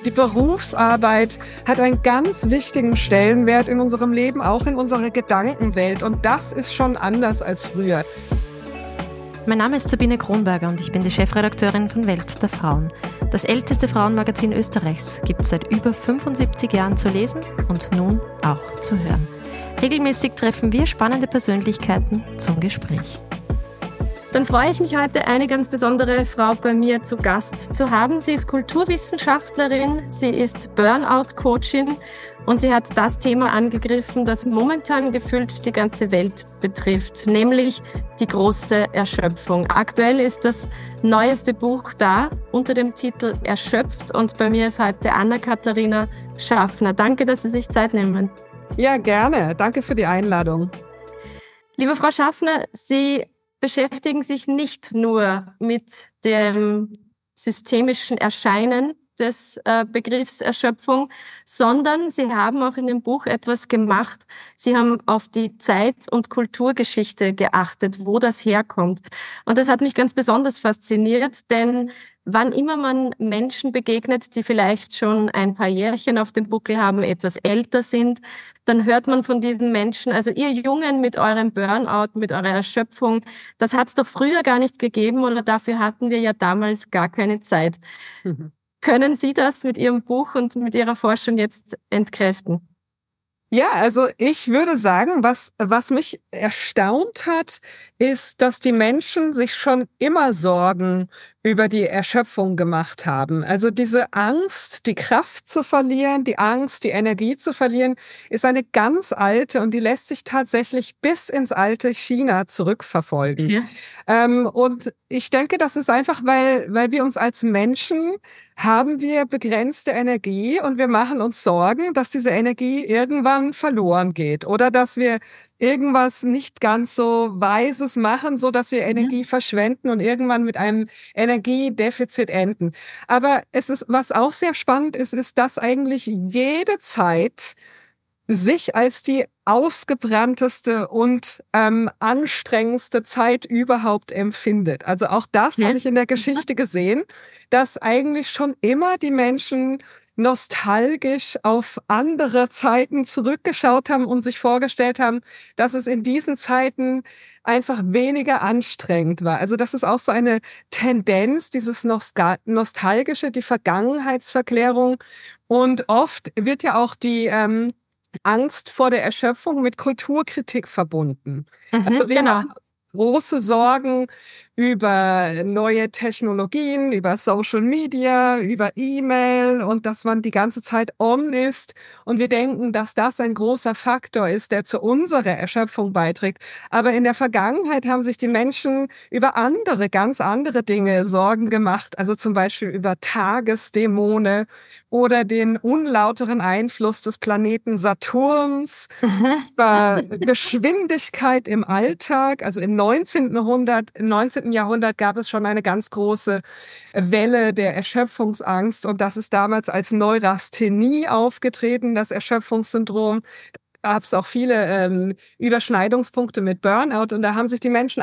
die Berufsarbeit hat einen ganz wichtigen Stellenwert in unserem Leben, auch in unserer Gedankenwelt. Und das ist schon anders als früher. Mein Name ist Sabine Kronberger und ich bin die Chefredakteurin von Welt der Frauen. Das älteste Frauenmagazin Österreichs gibt es seit über 75 Jahren zu lesen und nun auch zu hören. Regelmäßig treffen wir spannende Persönlichkeiten zum Gespräch. Dann freue ich mich heute, eine ganz besondere Frau bei mir zu Gast zu haben. Sie ist Kulturwissenschaftlerin, sie ist Burnout-Coachin und sie hat das Thema angegriffen, das momentan gefühlt die ganze Welt betrifft, nämlich die große Erschöpfung. Aktuell ist das neueste Buch da unter dem Titel Erschöpft und bei mir ist heute Anna-Katharina Schaffner. Danke, dass Sie sich Zeit nehmen. Ja, gerne. Danke für die Einladung. Liebe Frau Schaffner, Sie beschäftigen sich nicht nur mit dem systemischen Erscheinen des Begriffs Erschöpfung, sondern Sie haben auch in dem Buch etwas gemacht. Sie haben auf die Zeit- und Kulturgeschichte geachtet, wo das herkommt. Und das hat mich ganz besonders fasziniert, denn wann immer man Menschen begegnet, die vielleicht schon ein paar Jährchen auf dem Buckel haben, etwas älter sind, dann hört man von diesen Menschen, also ihr Jungen mit eurem Burnout, mit eurer Erschöpfung, das hat es doch früher gar nicht gegeben oder dafür hatten wir ja damals gar keine Zeit. Können Sie das mit Ihrem Buch und mit Ihrer Forschung jetzt entkräften? Ja, also ich würde sagen, was mich erstaunt hat, ist, dass die Menschen sich schon immer Sorgen über die Erschöpfung gemacht haben. Also diese Angst, die Kraft zu verlieren, die Angst, die Energie zu verlieren, ist eine ganz alte und die lässt sich tatsächlich bis ins alte China zurückverfolgen. Ja. Und ich denke, das ist einfach, weil wir uns als Menschen haben wir begrenzte Energie und wir machen uns Sorgen, dass diese Energie irgendwann verloren geht oder dass wir irgendwas nicht ganz so Weises machen, so dass wir Energie verschwenden und irgendwann mit einem Energiedefizit enden. Aber was auch sehr spannend ist, dass eigentlich jede Zeit sich als die ausgebrannteste und anstrengendste Zeit überhaupt empfindet. Also auch das habe ich in der Geschichte gesehen, dass eigentlich schon immer die Menschen nostalgisch auf andere Zeiten zurückgeschaut haben und sich vorgestellt haben, dass es in diesen Zeiten einfach weniger anstrengend war. Also das ist auch so eine Tendenz, dieses Nostalgische, die Vergangenheitsverklärung. Und oft wird ja auch die Angst vor der Erschöpfung mit Kulturkritik verbunden. Also wir machen große Sorgen über neue Technologien, über Social Media, über E-Mail und dass man die ganze Zeit on ist. Und wir denken, dass das ein großer Faktor ist, der zu unserer Erschöpfung beiträgt. Aber in der Vergangenheit haben sich die Menschen über ganz andere Dinge Sorgen gemacht. Also zum Beispiel über Tagesdämonen oder den unlauteren Einfluss des Planeten Saturns, über Geschwindigkeit im Alltag. Also im 19. Jahrhundert gab es schon eine ganz große Welle der Erschöpfungsangst und das ist damals als Neurasthenie aufgetreten, das Erschöpfungssyndrom. Da gab es auch viele Überschneidungspunkte mit Burnout und da haben sich die Menschen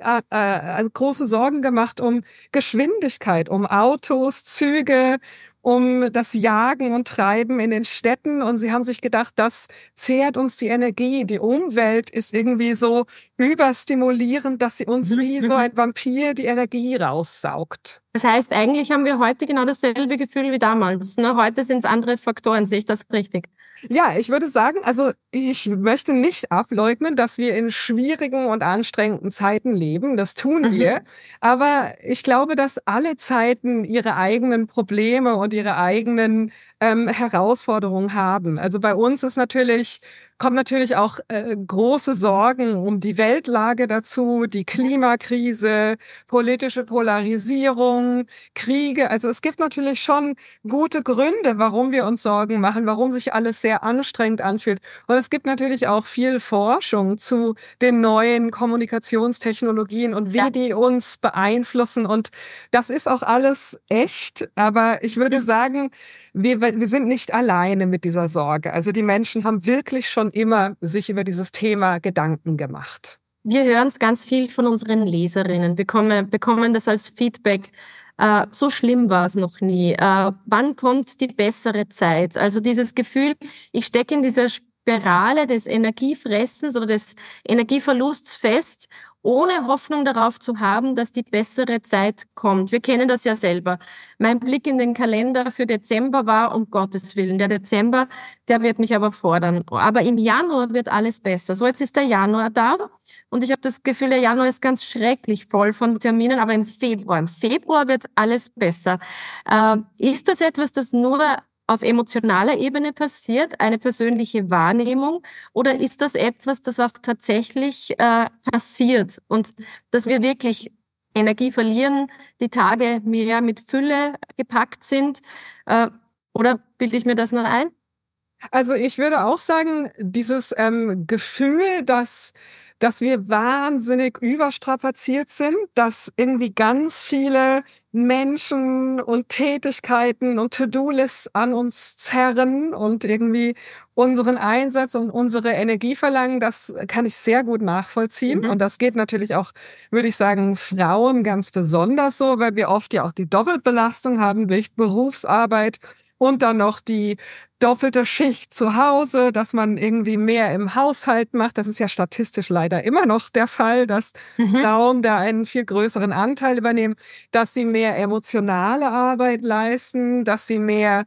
große Sorgen gemacht um Geschwindigkeit, um Autos, Züge, um das Jagen und Treiben in den Städten und sie haben sich gedacht, das zehrt uns die Energie. Die Umwelt ist irgendwie so überstimulierend, dass sie uns wie so ein Vampir die Energie raussaugt. Das heißt, eigentlich haben wir heute genau dasselbe Gefühl wie damals. Ne? Heute sind es andere Faktoren, sehe ich das richtig? Ja, ich würde sagen, also ich möchte nicht ableugnen, dass wir in schwierigen und anstrengenden Zeiten leben. Das tun wir. Aber ich glaube, dass alle Zeiten ihre eigenen Probleme und ihre eigenen Herausforderungen haben. Also bei uns kommen natürlich auch große Sorgen um die Weltlage dazu, die Klimakrise, politische Polarisierung, Kriege. Also es gibt natürlich schon gute Gründe, warum wir uns Sorgen machen, warum sich alles sehr anstrengend anfühlt. Und es gibt natürlich auch viel Forschung zu den neuen Kommunikationstechnologien und wie die uns beeinflussen. Und das ist auch alles echt. Aber ich würde sagen, wir sind nicht alleine mit dieser Sorge. Also die Menschen haben wirklich schon immer sich über dieses Thema Gedanken gemacht. Wir hören es ganz viel von unseren Leserinnen. Wir bekommen das als Feedback so schlimm war es noch nie. Wann kommt die bessere Zeit? Also dieses Gefühl, ich stecke in dieser Spirale des Energiefressens oder des Energieverlusts fest, ohne Hoffnung darauf zu haben, dass die bessere Zeit kommt. Wir kennen das ja selber. Mein Blick in den Kalender für Dezember war, um Gottes Willen, der Dezember, der wird mich aber fordern. Aber im Januar wird alles besser. So, jetzt ist der Januar da und ich habe das Gefühl, der Januar ist ganz schrecklich voll von Terminen, aber im Februar wird alles besser. Ist das etwas, das nur auf emotionaler Ebene passiert, eine persönliche Wahrnehmung, oder ist das etwas, das auch tatsächlich passiert und dass wir wirklich Energie verlieren, die Tage mehr mit Fülle gepackt sind, oder bilde ich mir das nur ein? Also ich würde auch sagen, dieses Gefühl, dass wir wahnsinnig überstrapaziert sind, dass irgendwie ganz viele Menschen und Tätigkeiten und To-Do-Lists an uns zerren und irgendwie unseren Einsatz und unsere Energie verlangen, das kann ich sehr gut nachvollziehen. Und das geht natürlich auch, würde ich sagen, Frauen ganz besonders so, weil wir oft ja auch die Doppelbelastung haben durch Berufsarbeit und dann noch die doppelte Schicht zu Hause, dass man irgendwie mehr im Haushalt macht. Das ist ja statistisch leider immer noch der Fall, dass Frauen da einen viel größeren Anteil übernehmen, dass sie mehr emotionale Arbeit leisten, dass sie mehr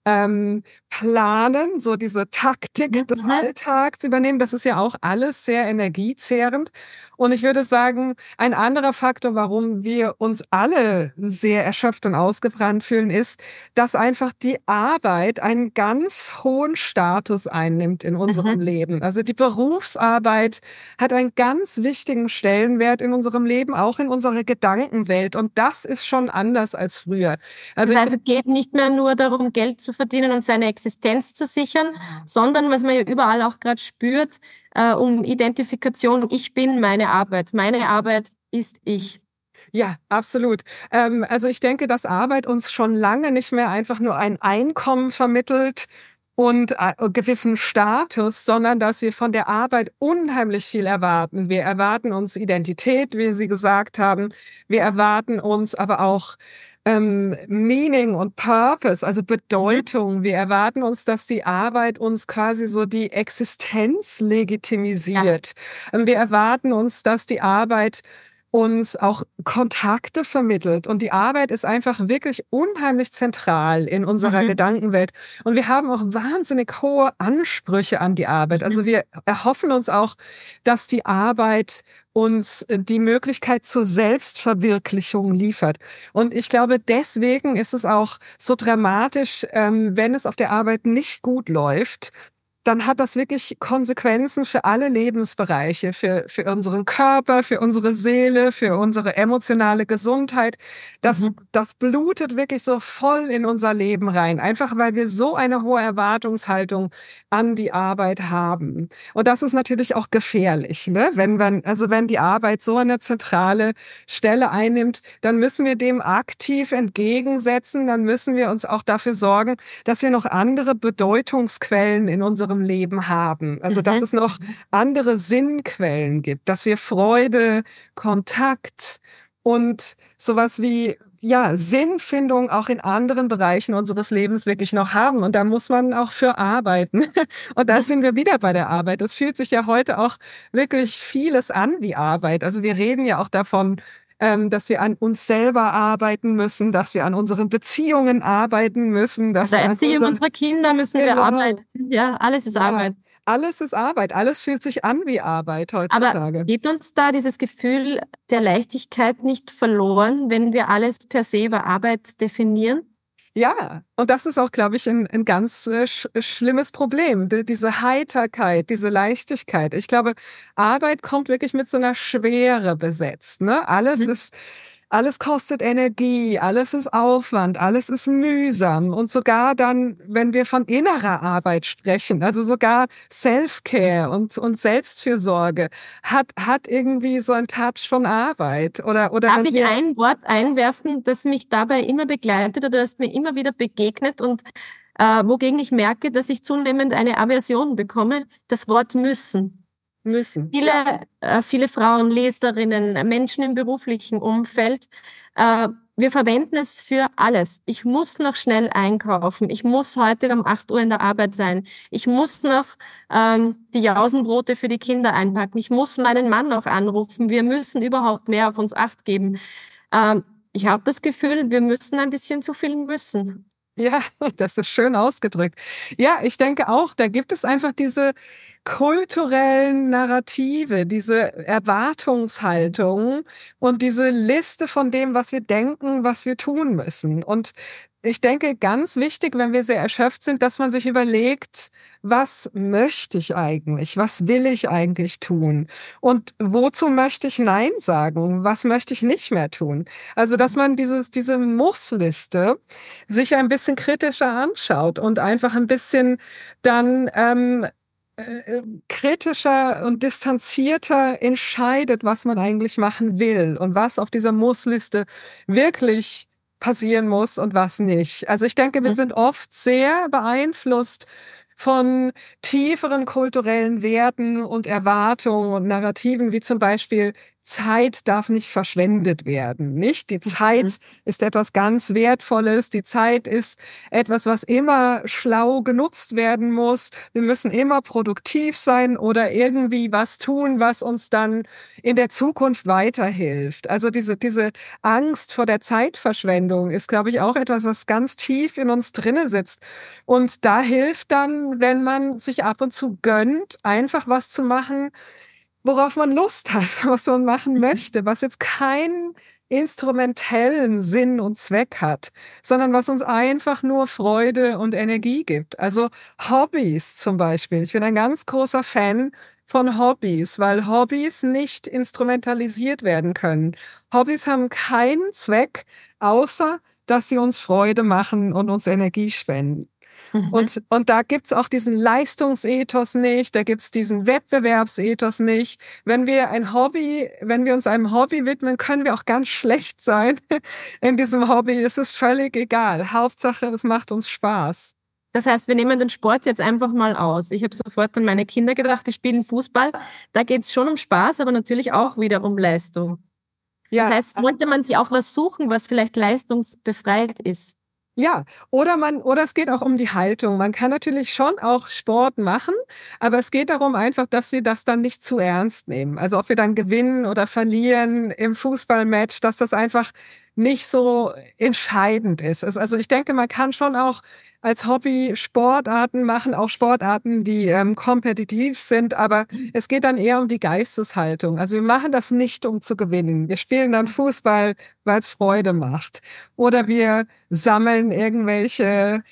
planen, so diese Taktik des Alltags übernehmen. Das ist ja auch alles sehr energiezehrend. Und ich würde sagen, ein anderer Faktor, warum wir uns alle sehr erschöpft und ausgebrannt fühlen, ist, dass einfach die Arbeit einen ganz hohen Status einnimmt in unserem Leben. Also die Berufsarbeit hat einen ganz wichtigen Stellenwert in unserem Leben, auch in unserer Gedankenwelt. Und das ist schon anders als früher. Also das heißt, es geht nicht mehr nur darum, Geld zu verdienen und seine Existenz zu sichern, sondern, was man ja überall auch gerade spürt, um Identifikation. Ich bin meine Arbeit. Meine Arbeit ist ich. Ja, absolut. Also ich denke, dass Arbeit uns schon lange nicht mehr einfach nur ein Einkommen vermittelt und gewissen Status, sondern dass wir von der Arbeit unheimlich viel erwarten. Wir erwarten uns Identität, wie Sie gesagt haben. Wir erwarten uns aber auch Meaning und Purpose, also Bedeutung. Wir erwarten uns, dass die Arbeit uns quasi so die Existenz legitimisiert. Wir erwarten uns, dass die Arbeit uns auch Kontakte vermittelt. Und die Arbeit ist einfach wirklich unheimlich zentral in unserer Gedankenwelt. Und wir haben auch wahnsinnig hohe Ansprüche an die Arbeit. Also wir erhoffen uns auch, dass die Arbeit uns die Möglichkeit zur Selbstverwirklichung liefert. Und ich glaube, deswegen ist es auch so dramatisch, wenn es auf der Arbeit nicht gut läuft, dann hat das wirklich Konsequenzen für alle Lebensbereiche, für unseren Körper, für unsere Seele, für unsere emotionale Gesundheit. Das blutet wirklich so voll in unser Leben rein, einfach weil wir so eine hohe Erwartungshaltung an die Arbeit haben. Und das ist natürlich auch gefährlich, ne? Wenn die Arbeit so eine zentrale Stelle einnimmt, dann müssen wir dem aktiv entgegensetzen, dann müssen wir uns auch dafür sorgen, dass wir noch andere Bedeutungsquellen in unserem Leben haben. Also, dass es noch andere Sinnquellen gibt, dass wir Freude, Kontakt und sowas wie Sinnfindung auch in anderen Bereichen unseres Lebens wirklich noch haben. Und da muss man auch für arbeiten. Und da sind wir wieder bei der Arbeit. Es fühlt sich ja heute auch wirklich vieles an wie Arbeit. Also wir reden ja auch davon, dass wir an uns selber arbeiten müssen, dass wir an unseren Beziehungen arbeiten müssen. Dass also Erziehung unserer Kinder müssen wir arbeiten. Ja, alles ist Arbeit. Alles ist Arbeit. Alles fühlt sich an wie Arbeit heutzutage. Aber geht uns da dieses Gefühl der Leichtigkeit nicht verloren, wenn wir alles per se über Arbeit definieren? Ja, und das ist auch, glaube ich, ein ganz schlimmes Problem. Diese Heiterkeit, diese Leichtigkeit. Ich glaube, Arbeit kommt wirklich mit so einer Schwere besetzt, ne? Alles kostet Energie, alles ist Aufwand, alles ist mühsam. Und sogar dann, wenn wir von innerer Arbeit sprechen, also sogar Self-Care und Selbstfürsorge hat irgendwie so einen Touch von Arbeit. Oder darf ich ein Wort einwerfen, das mich dabei immer begleitet oder das mir immer wieder begegnet und wogegen ich merke, dass ich zunehmend eine Aversion bekomme? Das Wort müssen. Viele Frauen, Leserinnen, Menschen im beruflichen Umfeld wir verwenden es für alles. Ich muss noch schnell einkaufen. Ich muss heute um 8 Uhr in der Arbeit sein. Ich muss noch die Jausenbrote für die Kinder einpacken. Ich muss meinen Mann noch anrufen. Wir müssen überhaupt mehr auf uns Acht geben. Ich habe das Gefühl, wir müssen ein bisschen zu viel müssen. Ja, das ist schön ausgedrückt. Ja, ich denke auch, da gibt es einfach diese kulturellen Narrative, diese Erwartungshaltung und diese Liste von dem, was wir denken, was wir tun müssen. Und ich denke, ganz wichtig, wenn wir sehr erschöpft sind, dass man sich überlegt, was möchte ich eigentlich? Was will ich eigentlich tun? Und wozu möchte ich Nein sagen? Was möchte ich nicht mehr tun? Also, dass man diese Muss-Liste sich ein bisschen kritischer anschaut und einfach ein bisschen dann kritischer und distanzierter entscheidet, was man eigentlich machen will und was auf dieser Muss-Liste wirklich passieren muss und was nicht. Also ich denke, wir sind oft sehr beeinflusst von tieferen kulturellen Werten und Erwartungen und Narrativen, wie zum Beispiel Zeit darf nicht verschwendet werden, nicht? Die Zeit ist etwas ganz Wertvolles. Die Zeit ist etwas, was immer schlau genutzt werden muss. Wir müssen immer produktiv sein oder irgendwie was tun, was uns dann in der Zukunft weiterhilft. Also diese Angst vor der Zeitverschwendung ist, glaube ich, auch etwas, was ganz tief in uns drinne sitzt. Und da hilft dann, wenn man sich ab und zu gönnt, einfach was zu machen, worauf man Lust hat, was man machen möchte, was jetzt keinen instrumentellen Sinn und Zweck hat, sondern was uns einfach nur Freude und Energie gibt. Also Hobbys zum Beispiel. Ich bin ein ganz großer Fan von Hobbys, weil Hobbys nicht instrumentalisiert werden können. Hobbys haben keinen Zweck, außer dass sie uns Freude machen und uns Energie spenden. Und da gibt's auch diesen Leistungsethos nicht, da gibt's diesen Wettbewerbsethos nicht. Wenn wir uns einem Hobby widmen, können wir auch ganz schlecht sein in diesem Hobby. Es ist völlig egal. Hauptsache, es macht uns Spaß. Das heißt, wir nehmen den Sport jetzt einfach mal aus. Ich habe sofort an meine Kinder gedacht, die spielen Fußball. Da geht's schon um Spaß, aber natürlich auch wieder um Leistung. Ja. Das heißt, wollte man sich auch was suchen, was vielleicht leistungsbefreit ist. Ja, oder es geht auch um die Haltung. Man kann natürlich schon auch Sport machen, aber es geht darum einfach, dass wir das dann nicht zu ernst nehmen. Also ob wir dann gewinnen oder verlieren im Fußballmatch, dass das einfach nicht so entscheidend ist. Also ich denke, man kann schon auch als Hobby Sportarten machen, auch Sportarten, die kompetitiv sind, aber es geht dann eher um die Geisteshaltung. Also wir machen das nicht, um zu gewinnen. Wir spielen dann Fußball, weil es Freude macht. Oder wir sammeln irgendwelche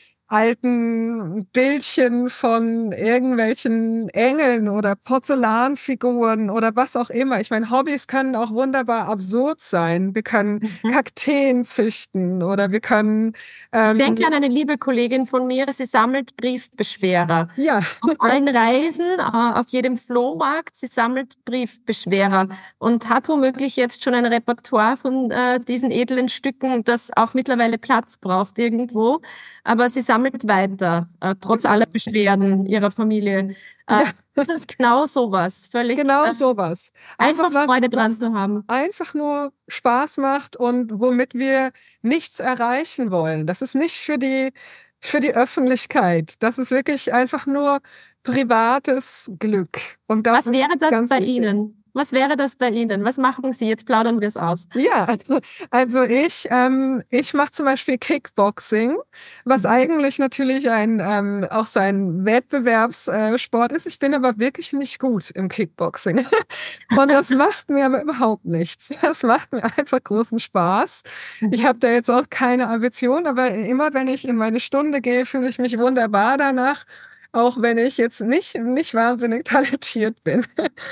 alten Bildchen von irgendwelchen Engeln oder Porzellanfiguren oder was auch immer. Ich meine, Hobbys können auch wunderbar absurd sein. Wir können Kakteen züchten oder wir können... ich denke an eine liebe Kollegin von mir, sie sammelt Briefbeschwerer. Ja. Auf allen Reisen, auf jedem Flohmarkt, sie sammelt Briefbeschwerer und hat womöglich jetzt schon ein Repertoire von diesen edlen Stücken, das auch mittlerweile Platz braucht irgendwo. Aber sie sammelt weiter, trotz aller Beschwerden ihrer Familie. Ja. Das ist genau sowas. Völlig. Genau sowas. Einfach Freude dran zu haben. Einfach nur Spaß macht und womit wir nichts erreichen wollen. Das ist nicht für die Öffentlichkeit. Das ist wirklich einfach nur privates Glück. Und das Was wäre das bei Ihnen? Was wäre das bei Ihnen? Was machen Sie? Jetzt plaudern wir es aus. Ja, also ich mache zum Beispiel Kickboxing, was eigentlich natürlich auch so ein Wettbewerbssport ist. Ich bin aber wirklich nicht gut im Kickboxing. Und das macht mir aber überhaupt nichts. Das macht mir einfach großen Spaß. Ich habe da jetzt auch keine Ambition, aber immer wenn ich in meine Stunde gehe, fühle ich mich wunderbar danach, auch wenn ich jetzt nicht wahnsinnig talentiert bin.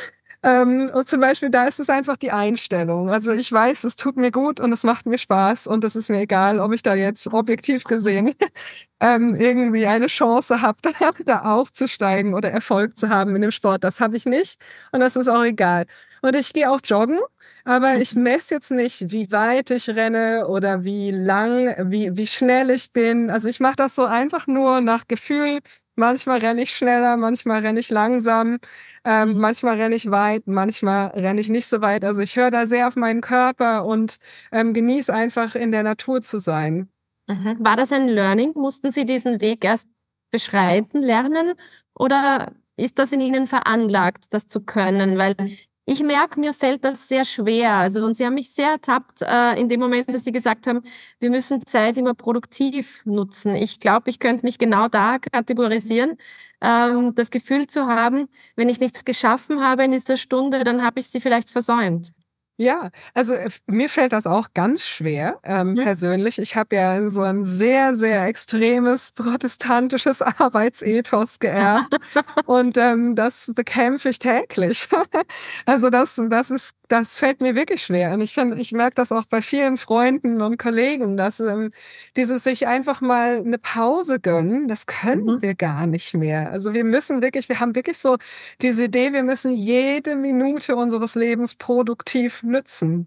Und zum Beispiel, da ist es einfach die Einstellung. Also ich weiß, es tut mir gut und es macht mir Spaß und es ist mir egal, ob ich da jetzt objektiv gesehen irgendwie eine Chance habe, da aufzusteigen oder Erfolg zu haben in dem Sport. Das habe ich nicht und das ist auch egal. Und ich gehe auch joggen, aber ich messe jetzt nicht, wie weit ich renne oder wie lang, wie schnell ich bin. Also ich mache das so einfach nur nach Gefühl. Manchmal renne ich schneller, manchmal renne ich langsam, manchmal renne ich weit, manchmal renne ich nicht so weit. Also ich höre da sehr auf meinen Körper und genieße einfach in der Natur zu sein. Mhm. War das ein Learning? Mussten Sie diesen Weg erst beschreiten, lernen? Oder ist das in Ihnen veranlagt, das zu können? Weil ich merke, mir fällt das sehr schwer. Also, und Sie haben mich sehr ertappt, in dem Moment, dass Sie gesagt haben, wir müssen Zeit immer produktiv nutzen. Ich glaube, ich könnte mich genau da kategorisieren, das Gefühl zu haben, wenn ich nichts geschaffen habe in dieser Stunde, dann habe ich sie vielleicht versäumt. Ja, also mir fällt das auch ganz schwer, persönlich. Ich habe ja so ein sehr, sehr extremes protestantisches Arbeitsethos geerbt und das bekämpfe ich täglich. Also das fällt mir wirklich schwer. Und ich merke das auch bei vielen Freunden und Kollegen, dass dieses sich einfach mal eine Pause gönnen, das können wir gar nicht mehr. Also wir haben wirklich so diese Idee, wir müssen jede Minute unseres Lebens produktiv nützen.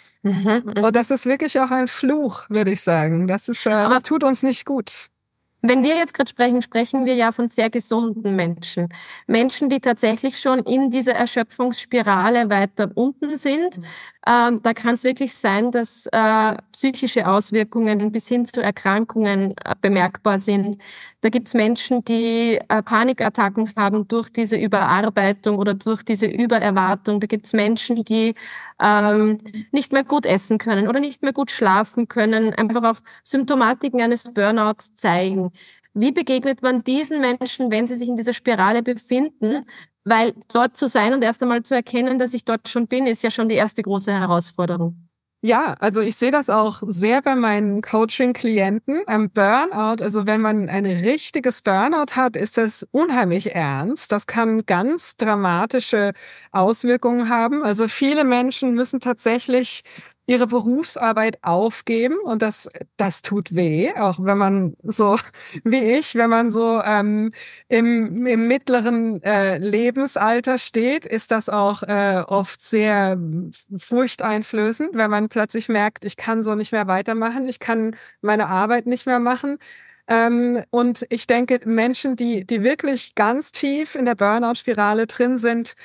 Und das ist wirklich auch ein Fluch, würde ich sagen. Das tut uns nicht gut. Wenn wir jetzt gerade sprechen, sprechen wir ja von sehr gesunden Menschen. Menschen, die tatsächlich schon in dieser Erschöpfungsspirale weiter unten sind. Da kann es wirklich sein, dass psychische Auswirkungen bis hin zu Erkrankungen bemerkbar sind. Da gibt es Menschen, die Panikattacken haben durch diese Überarbeitung oder durch diese Übererwartung. Da gibt es Menschen, die nicht mehr gut essen können oder nicht mehr gut schlafen können, einfach auch Symptomatiken eines Burnouts zeigen. Wie begegnet man diesen Menschen, wenn sie sich in dieser Spirale befinden? Weil dort zu sein und erst einmal zu erkennen, dass ich dort schon bin, ist ja schon die erste große Herausforderung. Ja, also ich sehe das auch sehr bei meinen Coaching-Klienten. Am Burnout, also wenn man ein richtiges Burnout hat, ist das unheimlich ernst. Das kann ganz dramatische Auswirkungen haben. Also viele Menschen müssen tatsächlich ihre Berufsarbeit aufgeben und das tut weh, auch wenn man so wie ich, wenn man so im mittleren Lebensalter steht, ist das auch oft sehr furchteinflößend, wenn man plötzlich merkt, ich kann so nicht mehr weitermachen, ich kann meine Arbeit nicht mehr machen. Und ich denke, Menschen, die wirklich ganz tief in der Burnout-Spirale drin sind,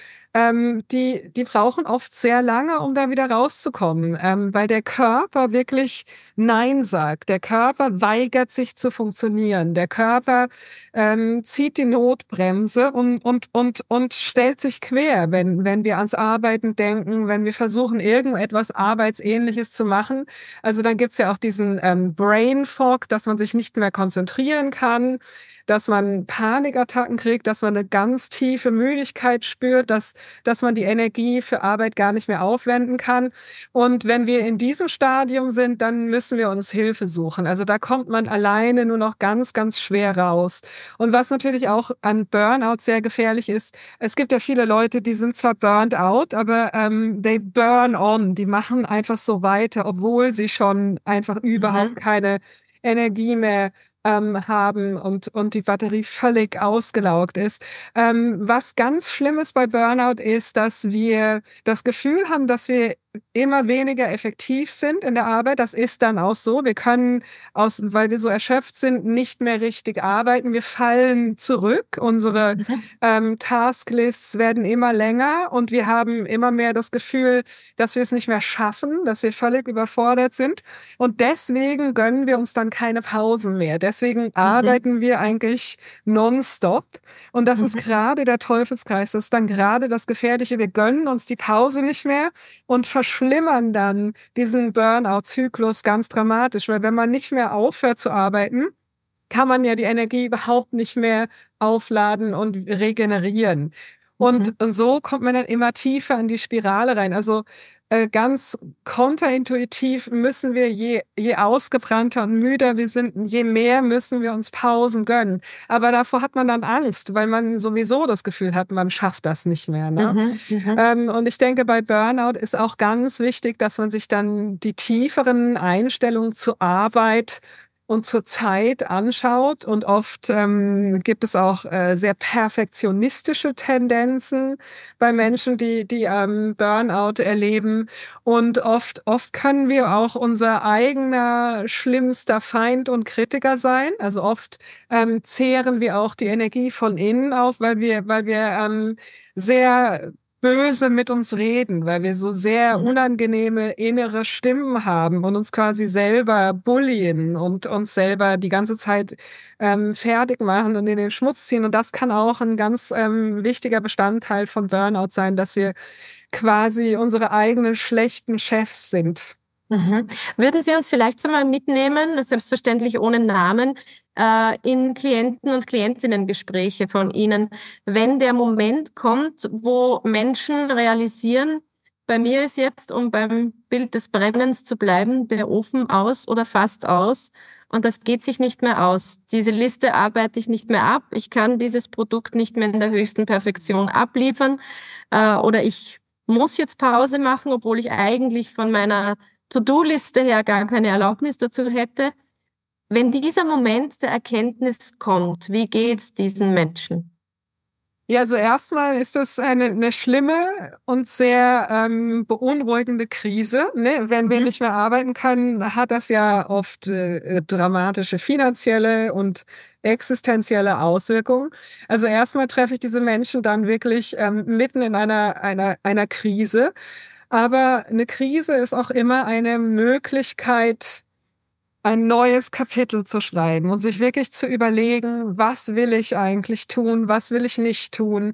die brauchen oft sehr lange, um da wieder rauszukommen, weil der Körper wirklich Nein sagt. Der Körper weigert sich zu funktionieren. Der Körper zieht die Notbremse und stellt sich quer, wenn wir ans Arbeiten denken, wenn wir versuchen, irgendetwas Arbeitsähnliches zu machen. Also dann gibt's ja auch diesen Brain Fog, dass man sich nicht mehr konzentrieren kann, dass man Panikattacken kriegt, dass man eine ganz tiefe Müdigkeit spürt, dass man die Energie für Arbeit gar nicht mehr aufwenden kann. Und wenn wir in diesem Stadium sind, dann müssen wir uns Hilfe suchen. Also da kommt man alleine nur noch ganz, ganz schwer raus. Und was natürlich auch an Burnout sehr gefährlich ist, es gibt ja viele Leute, die sind zwar burned out, aber they burn on. Die machen einfach so weiter, obwohl sie schon einfach überhaupt keine Energie mehr haben und die Batterie völlig ausgelaugt ist. Was ganz Schlimmes bei Burnout ist, dass wir das Gefühl haben, dass wir immer weniger effektiv sind in der Arbeit. Das ist dann auch so. Wir können weil wir so erschöpft sind, nicht mehr richtig arbeiten. Wir fallen zurück. Unsere Tasklists werden immer länger und wir haben immer mehr das Gefühl, dass wir es nicht mehr schaffen, dass wir völlig überfordert sind. Und deswegen gönnen wir uns dann keine Pausen mehr. Deswegen arbeiten wir eigentlich nonstop. Und das ist gerade der Teufelskreis. Das ist dann gerade das Gefährliche. Wir gönnen uns die Pause nicht mehr und verschlimmern dann diesen Burnout-Zyklus ganz dramatisch. Weil wenn man nicht mehr aufhört zu arbeiten, kann man ja die Energie überhaupt nicht mehr aufladen und regenerieren. Und so kommt man dann immer tiefer in die Spirale rein. Also ganz kontraintuitiv müssen wir, je ausgebrannter und müder wir sind, je mehr müssen wir uns Pausen gönnen. Aber davor hat man dann Angst, weil man sowieso das Gefühl hat, man schafft das nicht mehr. Ne? Und ich denke, bei Burnout ist auch ganz wichtig, dass man sich dann die tieferen Einstellungen zur Arbeit und zur Zeit anschaut. Und oft gibt es auch sehr perfektionistische Tendenzen bei Menschen, die Burnout erleben. Und oft können wir auch unser eigener schlimmster Feind und Kritiker sein. Also oft zehren wir auch die Energie von innen auf, weil wir sehr böse mit uns reden, weil wir so sehr unangenehme innere Stimmen haben und uns quasi selber bullien und uns selber die ganze Zeit fertig machen und in den Schmutz ziehen. Und das kann auch ein ganz wichtiger Bestandteil von Burnout sein, dass wir quasi unsere eigenen schlechten Chefs sind. Mhm. Würden Sie uns vielleicht einmal mitnehmen, selbstverständlich ohne Namen, in Klienten- und Klientinnengespräche von Ihnen, wenn der Moment kommt, wo Menschen realisieren, bei mir ist jetzt, um beim Bild des Brennens zu bleiben, der Ofen aus oder fast aus und das geht sich nicht mehr aus. Diese Liste arbeite ich nicht mehr ab, ich kann dieses Produkt nicht mehr in der höchsten Perfektion abliefern oder ich muss jetzt Pause machen, obwohl ich eigentlich von meiner To-Do-Liste her gar keine Erlaubnis dazu hätte. Wenn dieser Moment der Erkenntnis kommt, wie geht's diesen Menschen? Ja, also erstmal ist das eine schlimme und sehr beunruhigende Krise. Ne? Wenn wir nicht mehr arbeiten können, hat das ja oft dramatische finanzielle und existenzielle Auswirkungen. Also erstmal treffe ich diese Menschen dann wirklich mitten in einer Krise. Aber eine Krise ist auch immer eine Möglichkeit, ein neues Kapitel zu schreiben und sich wirklich zu überlegen, was will ich eigentlich tun, was will ich nicht tun,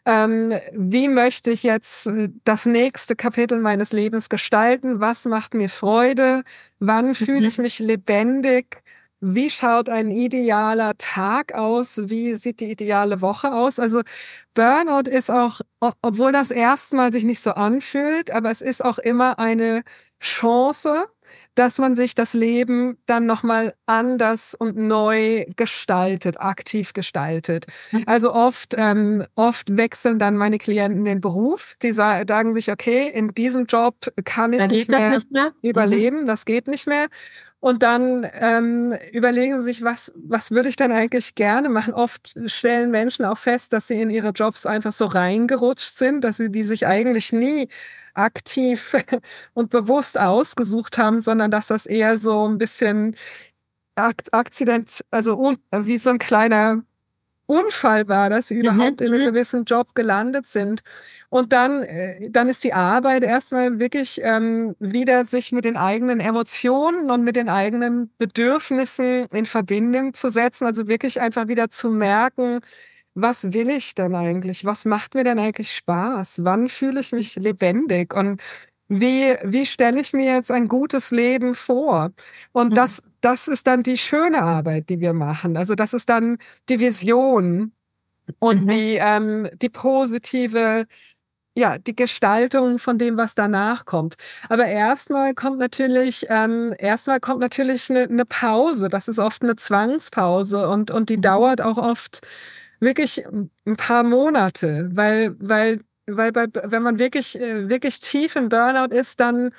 wie möchte ich jetzt das nächste Kapitel meines Lebens gestalten, was macht mir Freude, wann fühle ich mich lebendig, wie schaut ein idealer Tag aus, wie sieht die ideale Woche aus. Also Burnout ist auch, obwohl das erstmal sich nicht so anfühlt, aber es ist auch immer eine Chance, dass man sich das Leben dann nochmal anders und neu gestaltet, aktiv gestaltet. Also oft wechseln dann meine Klienten den Beruf. Die sagen sich, okay, in diesem Job kann ich nicht mehr überleben, das geht nicht mehr. Und dann überlegen sie sich, was würde ich denn eigentlich gerne machen? Oft stellen Menschen auch fest, dass sie in ihre Jobs einfach so reingerutscht sind, dass sie die sich eigentlich nie aktiv und bewusst ausgesucht haben, sondern dass das eher so ein bisschen Akzident, also wie so ein kleiner Unfall war, dass sie überhaupt in einem gewissen Job gelandet sind. Und dann ist die Arbeit erstmal wirklich wieder sich mit den eigenen Emotionen und mit den eigenen Bedürfnissen in Verbindung zu setzen. Also wirklich einfach wieder zu merken, was will ich denn eigentlich? Was macht mir denn eigentlich Spaß? Wann fühle ich mich lebendig? Und wie stelle ich mir jetzt ein gutes Leben vor? Und das ist dann die schöne Arbeit, die wir machen. Also das ist dann die Vision und die positive, ja, die Gestaltung von dem, was danach kommt. Aber erstmal kommt natürlich eine Pause. Das ist oft eine Zwangspause und die dauert auch oft wirklich ein paar Monate, weil wenn man wirklich tief im Burnout ist, dann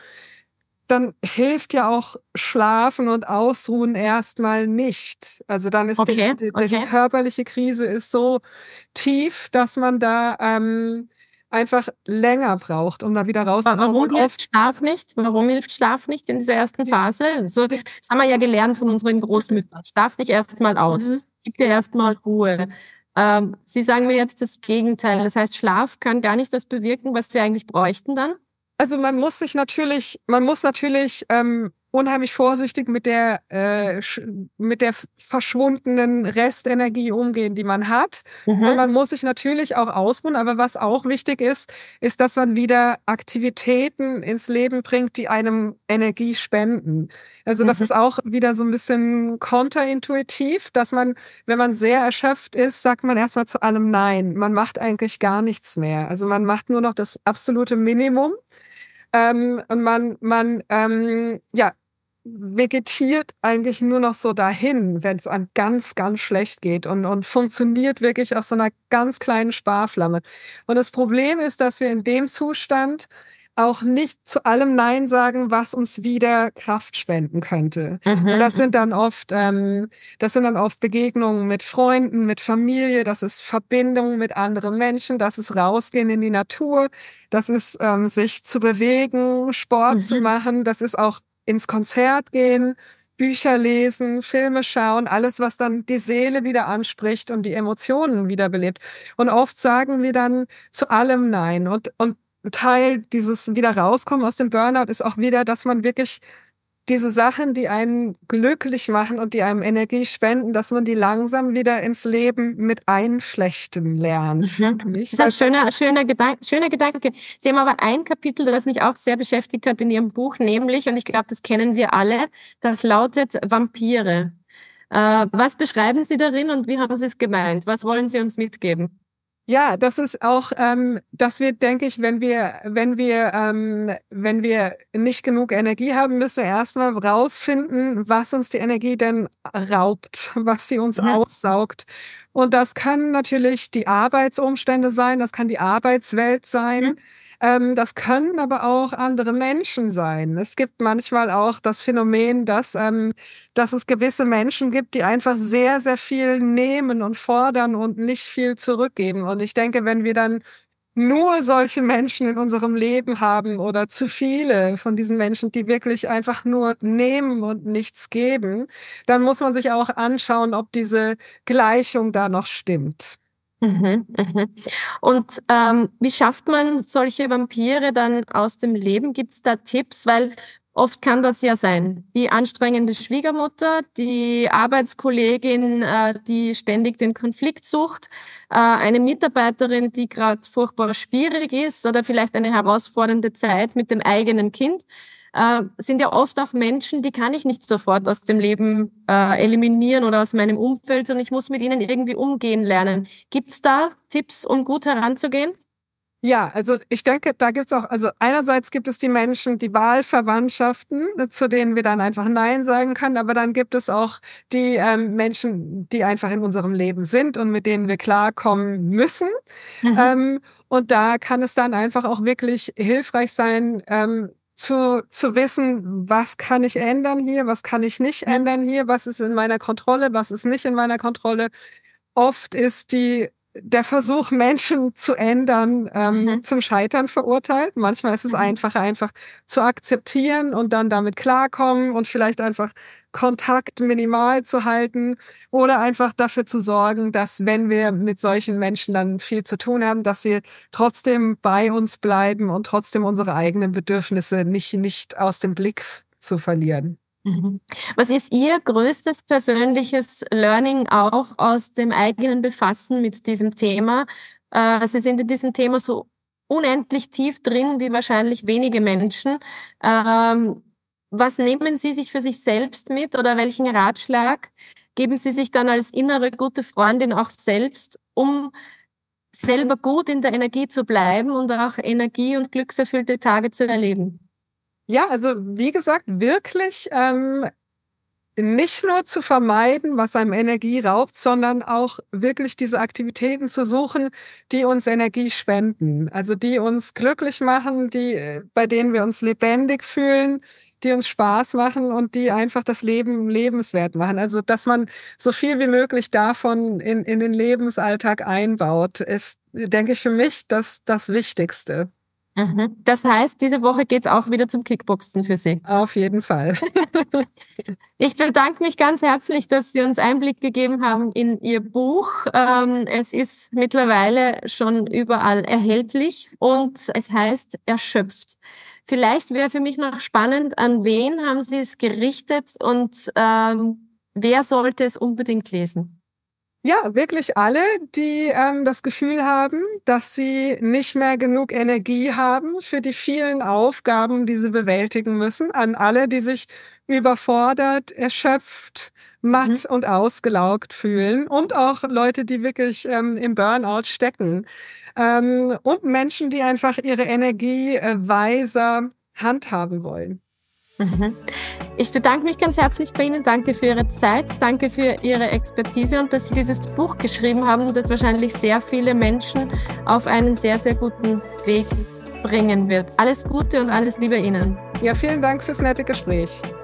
hilft ja auch Schlafen und Ausruhen erstmal nicht. Also dann ist die körperliche Krise ist so tief, dass man da einfach länger braucht, um da wieder rauszukommen. Warum hilft Schlaf nicht? Warum hilft Schlaf nicht in dieser ersten Phase? So, das haben wir ja gelernt von unseren Großmüttern. Schlaf dich erstmal aus. Gib dir erstmal Ruhe. Sie sagen mir jetzt das Gegenteil. Das heißt, Schlaf kann gar nicht das bewirken, was Sie eigentlich bräuchten dann? Also man muss natürlich unheimlich vorsichtig mit der verschwundenen Restenergie umgehen, die man hat. Und man muss sich natürlich auch ausruhen. Aber was auch wichtig ist, dass man wieder Aktivitäten ins Leben bringt, die einem Energie spenden. Also das ist auch wieder so ein bisschen konterintuitiv, dass man, wenn man sehr erschöpft ist, sagt man erstmal zu allem Nein. Man macht eigentlich gar nichts mehr. Also man macht nur noch das absolute Minimum. Und man vegetiert eigentlich nur noch so dahin, wenn es einem ganz, ganz schlecht geht und funktioniert wirklich aus so einer ganz kleinen Sparflamme. Und das Problem ist, dass wir in dem Zustand auch nicht zu allem Nein sagen, was uns wieder Kraft spenden könnte. Und das sind dann oft Begegnungen mit Freunden, mit Familie, das ist Verbindung mit anderen Menschen, das ist rausgehen in die Natur, das ist sich zu bewegen, Sport zu machen, das ist auch ins Konzert gehen, Bücher lesen, Filme schauen, alles, was dann die Seele wieder anspricht und die Emotionen wiederbelebt. Und oft sagen wir dann zu allem Nein. Und Teil dieses wieder rauskommen aus dem Burnout ist auch wieder, dass man wirklich diese Sachen, die einen glücklich machen und die einem Energie spenden, dass man die langsam wieder ins Leben mit einflechten lernt. Das ist ein schöner Gedanke. Sie haben aber ein Kapitel, das mich auch sehr beschäftigt hat in Ihrem Buch, nämlich, und ich glaube, das kennen wir alle, das lautet Vampire. Was beschreiben Sie darin und wie haben Sie es gemeint? Was wollen Sie uns mitgeben? Ja, das ist auch, dass wir, denke ich, wenn wir nicht genug Energie haben, müssen wir erstmal rausfinden, was uns die Energie denn raubt, was sie uns aussaugt. Und das können natürlich die Arbeitsumstände sein, das kann die Arbeitswelt sein. Das können aber auch andere Menschen sein. Es gibt manchmal auch das Phänomen, dass es gewisse Menschen gibt, die einfach sehr, sehr viel nehmen und fordern und nicht viel zurückgeben. Und ich denke, wenn wir dann nur solche Menschen in unserem Leben haben oder zu viele von diesen Menschen, die wirklich einfach nur nehmen und nichts geben, dann muss man sich auch anschauen, ob diese Gleichung da noch stimmt. Und wie schafft man solche Vampire dann aus dem Leben? Gibt's da Tipps? Weil oft kann das ja sein. Die anstrengende Schwiegermutter, die Arbeitskollegin, die ständig den Konflikt sucht, eine Mitarbeiterin, die gerade furchtbar schwierig ist oder vielleicht eine herausfordernde Zeit mit dem eigenen Kind. Sind ja oft auch Menschen, die kann ich nicht sofort aus dem Leben eliminieren oder aus meinem Umfeld, sondern ich muss mit ihnen irgendwie umgehen lernen. Gibt's da Tipps, um gut heranzugehen? Ja, also ich denke, da gibt's auch, also einerseits gibt es die Menschen, die Wahlverwandtschaften, zu denen wir dann einfach Nein sagen können, aber dann gibt es auch die Menschen, die einfach in unserem Leben sind und mit denen wir klarkommen müssen. Und da kann es dann einfach auch wirklich hilfreich sein, zu wissen, was kann ich ändern hier, was kann ich nicht ändern hier, was ist in meiner Kontrolle, was ist nicht in meiner Kontrolle. Oft ist der Versuch, Menschen zu ändern, zum Scheitern verurteilt. Manchmal ist es einfacher, einfach zu akzeptieren und dann damit klarkommen und vielleicht einfach Kontakt minimal zu halten oder einfach dafür zu sorgen, dass, wenn wir mit solchen Menschen dann viel zu tun haben, dass wir trotzdem bei uns bleiben und trotzdem unsere eigenen Bedürfnisse nicht aus dem Blick zu verlieren. Was ist Ihr größtes persönliches Learning auch aus dem eigenen Befassen mit diesem Thema? Sie sind in diesem Thema so unendlich tief drin, wie wahrscheinlich wenige Menschen. Was nehmen Sie sich für sich selbst mit oder welchen Ratschlag geben Sie sich dann als innere gute Freundin auch selbst, um selber gut in der Energie zu bleiben und auch Energie- und glückserfüllte Tage zu erleben? Ja, also wie gesagt, wirklich nicht nur zu vermeiden, was einem Energie raubt, sondern auch wirklich diese Aktivitäten zu suchen, die uns Energie spenden. Also die uns glücklich machen, bei denen wir uns lebendig fühlen, die uns Spaß machen und die einfach das Leben lebenswert machen. Also dass man so viel wie möglich davon in den Lebensalltag einbaut, ist, denke ich, für mich das Wichtigste. Das heißt, diese Woche geht's auch wieder zum Kickboxen für Sie. Auf jeden Fall. Ich bedanke mich ganz herzlich, dass Sie uns Einblick gegeben haben in Ihr Buch. Es ist mittlerweile schon überall erhältlich und es heißt Erschöpft. Vielleicht wäre für mich noch spannend, an wen haben Sie es gerichtet und wer sollte es unbedingt lesen? Ja, wirklich alle, die das Gefühl haben, dass sie nicht mehr genug Energie haben für die vielen Aufgaben, die sie bewältigen müssen. An alle, die sich überfordert, erschöpft, matt und ausgelaugt fühlen. Und auch Leute, die wirklich im Burnout stecken. Und Menschen, die einfach ihre Energie weiser handhaben wollen. Ich bedanke mich ganz herzlich bei Ihnen. Danke für Ihre Zeit, danke für Ihre Expertise und dass Sie dieses Buch geschrieben haben, das wahrscheinlich sehr viele Menschen auf einen sehr, sehr guten Weg bringen wird. Alles Gute und alles Liebe Ihnen. Ja, vielen Dank fürs nette Gespräch.